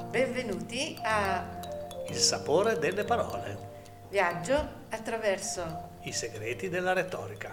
Benvenuti a Il sapore delle parole, Viaggio attraverso. i segreti della retorica.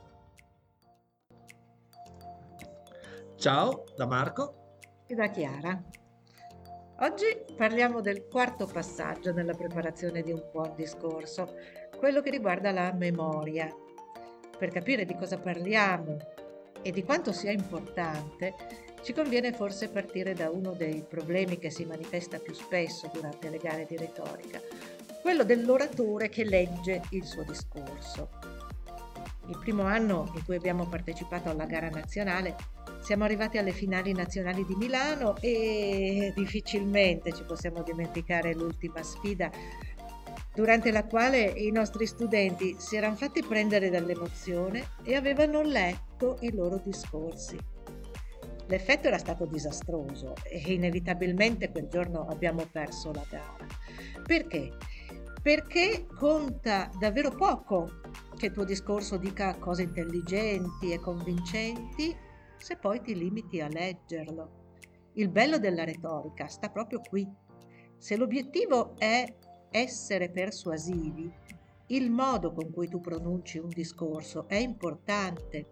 Ciao da Marco. E da Chiara. Oggi parliamo del quarto passaggio nella preparazione di un buon discorso, quello che riguarda la memoria. Per capire di cosa parliamo e di quanto sia importante, ci conviene forse partire da uno dei problemi che si manifesta più spesso durante le gare di retorica, quello dell'oratore che legge il suo discorso. Il primo anno in cui abbiamo partecipato alla gara nazionale siamo arrivati alle finali nazionali di Milano e difficilmente ci possiamo dimenticare l'ultima sfida durante la quale i nostri studenti si erano fatti prendere dall'emozione e avevano letto i loro discorsi. L'effetto era stato disastroso e inevitabilmente quel giorno abbiamo perso la gara. Perché? Perché conta davvero poco che il tuo discorso dica cose intelligenti e convincenti se poi ti limiti a leggerlo. Il bello della retorica sta proprio qui. Se l'obiettivo è essere persuasivi, il modo con cui tu pronunci un discorso è importante,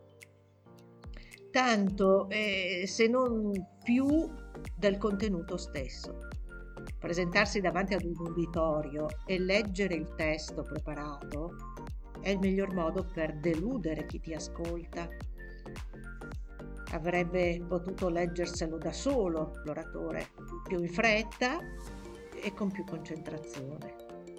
tanto se non più del contenuto stesso. Presentarsi davanti ad un uditorio e leggere il testo preparato è il miglior modo per deludere chi ti ascolta. Avrebbe potuto leggerselo da solo l'oratore, più in fretta e con più concentrazione.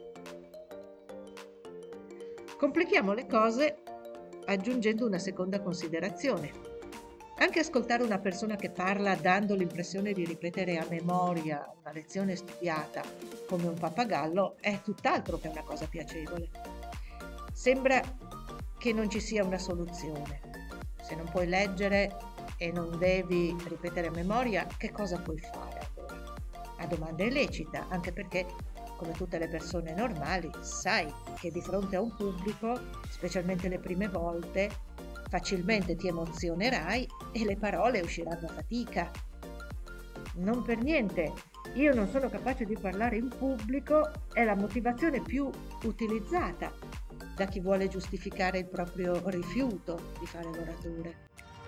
Complichiamo le cose aggiungendo una seconda considerazione. Anche ascoltare una persona che parla dando l'impressione di ripetere a memoria una lezione studiata come un pappagallo è tutt'altro che una cosa piacevole. Sembra che non ci sia una soluzione. Se non puoi leggere e non devi ripetere a memoria, che cosa puoi fare allora? La domanda è lecita, anche perché, come tutte le persone normali, sai che di fronte a un pubblico, specialmente le prime volte, facilmente ti emozionerai e le parole usciranno a fatica. Non per niente, io non sono capace di parlare in pubblico è la motivazione più utilizzata da chi vuole giustificare il proprio rifiuto di fare l'oratore.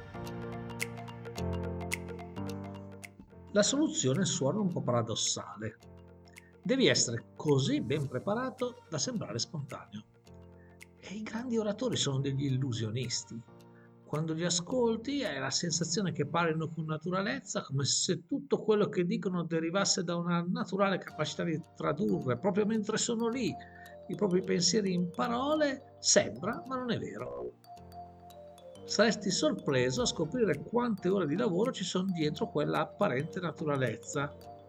La soluzione suona un po' paradossale. Devi essere così ben preparato da sembrare spontaneo. E i grandi oratori sono degli illusionisti. Quando li ascolti hai la sensazione che parlino con naturalezza, come se tutto quello che dicono derivasse da una naturale capacità di tradurre, proprio mentre sono lì, i propri pensieri in parole. Sembra, ma non è vero. Saresti sorpreso a scoprire quante ore di lavoro ci sono dietro quella apparente naturalezza.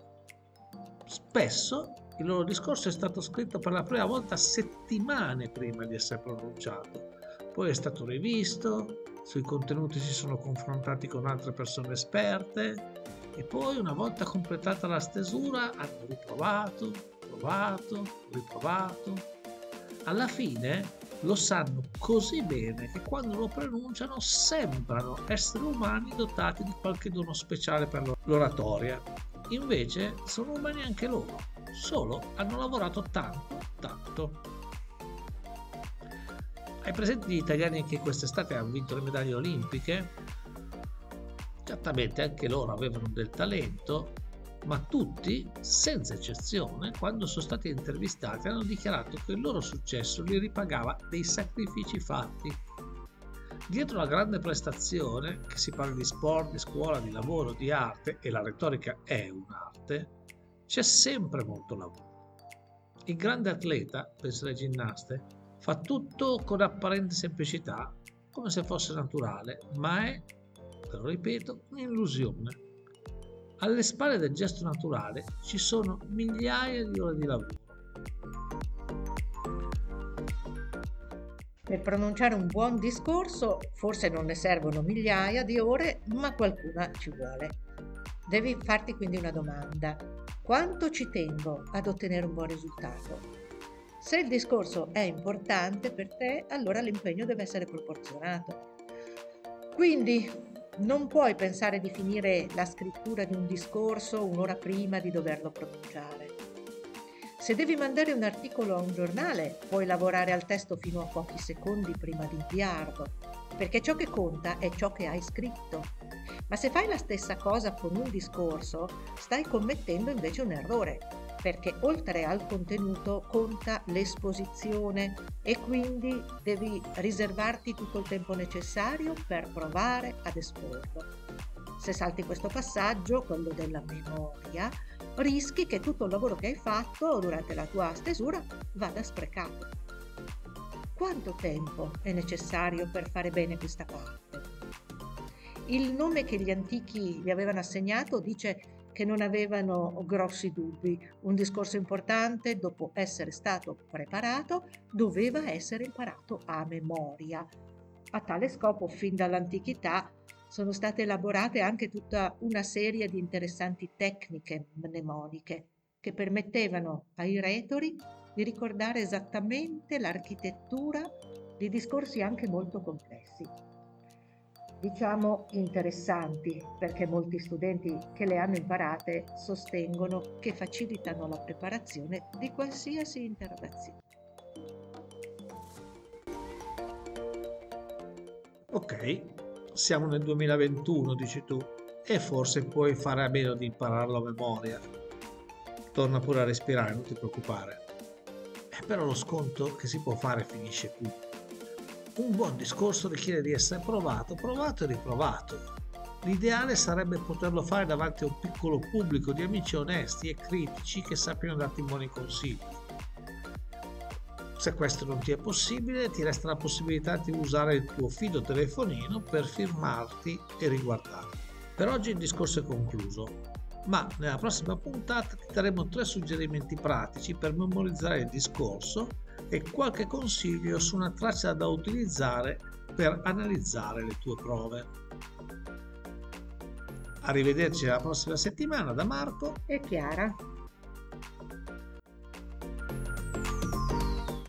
Spesso il loro discorso è stato scritto per la prima volta settimane prima di essere pronunciato, poi è stato rivisto, sui contenuti si sono confrontati con altre persone esperte e poi, una volta completata la stesura, hanno riprovato, provato, riprovato. Alla fine lo sanno così bene che quando lo pronunciano sembrano esseri umani dotati di qualche dono speciale per l'oratoria. Invece sono umani anche loro, solo hanno lavorato tanto. Hai presente gli italiani che quest'estate hanno vinto le medaglie olimpiche? Certamente anche loro avevano del talento, ma tutti, senza eccezione, quando sono stati intervistati hanno dichiarato che il loro successo li ripagava dei sacrifici fatti. Dietro la grande prestazione, che si parli di sport, di scuola, di lavoro, di arte, e la retorica è un'arte, c'è sempre molto lavoro. Il grande atleta, pensa alle ginnaste, fa tutto con apparente semplicità, come se fosse naturale, ma è, te lo ripeto, un'illusione. Alle spalle del gesto naturale ci sono migliaia di ore di lavoro. Per pronunciare un buon discorso forse non ne servono migliaia di ore, ma qualcuna ci vuole. Devi farti quindi una domanda. Quanto ci tengo ad ottenere un buon risultato? Se il discorso è importante per te, allora l'impegno deve essere proporzionato. Quindi Non puoi pensare di finire la scrittura di un discorso un'ora prima di doverlo pronunciare. Se devi mandare un articolo a un giornale, puoi lavorare al testo fino a pochi secondi prima di inviarlo, perché ciò che conta è ciò che hai scritto. Ma se fai la stessa cosa con un discorso, stai commettendo invece un errore, perché oltre al contenuto conta l'esposizione e quindi devi riservarti tutto il tempo necessario per provare ad esporlo. Se salti questo passaggio, quello della memoria, rischi che tutto il lavoro che hai fatto durante la tua stesura vada sprecato. Quanto tempo è necessario per fare bene questa parte? Il nome che gli antichi gli avevano assegnato dice che non avevano grossi dubbi. Un discorso importante, dopo essere stato preparato, doveva essere imparato a memoria. A tale scopo, fin dall'antichità, sono state elaborate anche tutta una serie di interessanti tecniche mnemoniche che permettevano ai retori di ricordare esattamente l'architettura di discorsi anche molto complessi. Diciamo interessanti, perché molti studenti che le hanno imparate sostengono che facilitano la preparazione di qualsiasi interrogazione. Ok, siamo nel 2021, dici tu, e forse puoi fare a meno di impararlo a memoria. Torna pure a respirare, non ti preoccupare. Però lo sconto che si può fare finisce qui. Un buon discorso richiede di essere provato e riprovato. L'ideale sarebbe poterlo fare davanti a un piccolo pubblico di amici onesti e critici che sappiano darti buoni consigli. Se questo non ti è possibile, ti resta la possibilità di usare il tuo fido telefonino per firmarti e riguardarti. Per oggi il discorso è concluso, ma nella prossima puntata ti daremo 3 suggerimenti pratici per memorizzare il discorso e qualche consiglio su una traccia da utilizzare per analizzare le tue prove. Arrivederci alla prossima settimana da Marco E Chiara?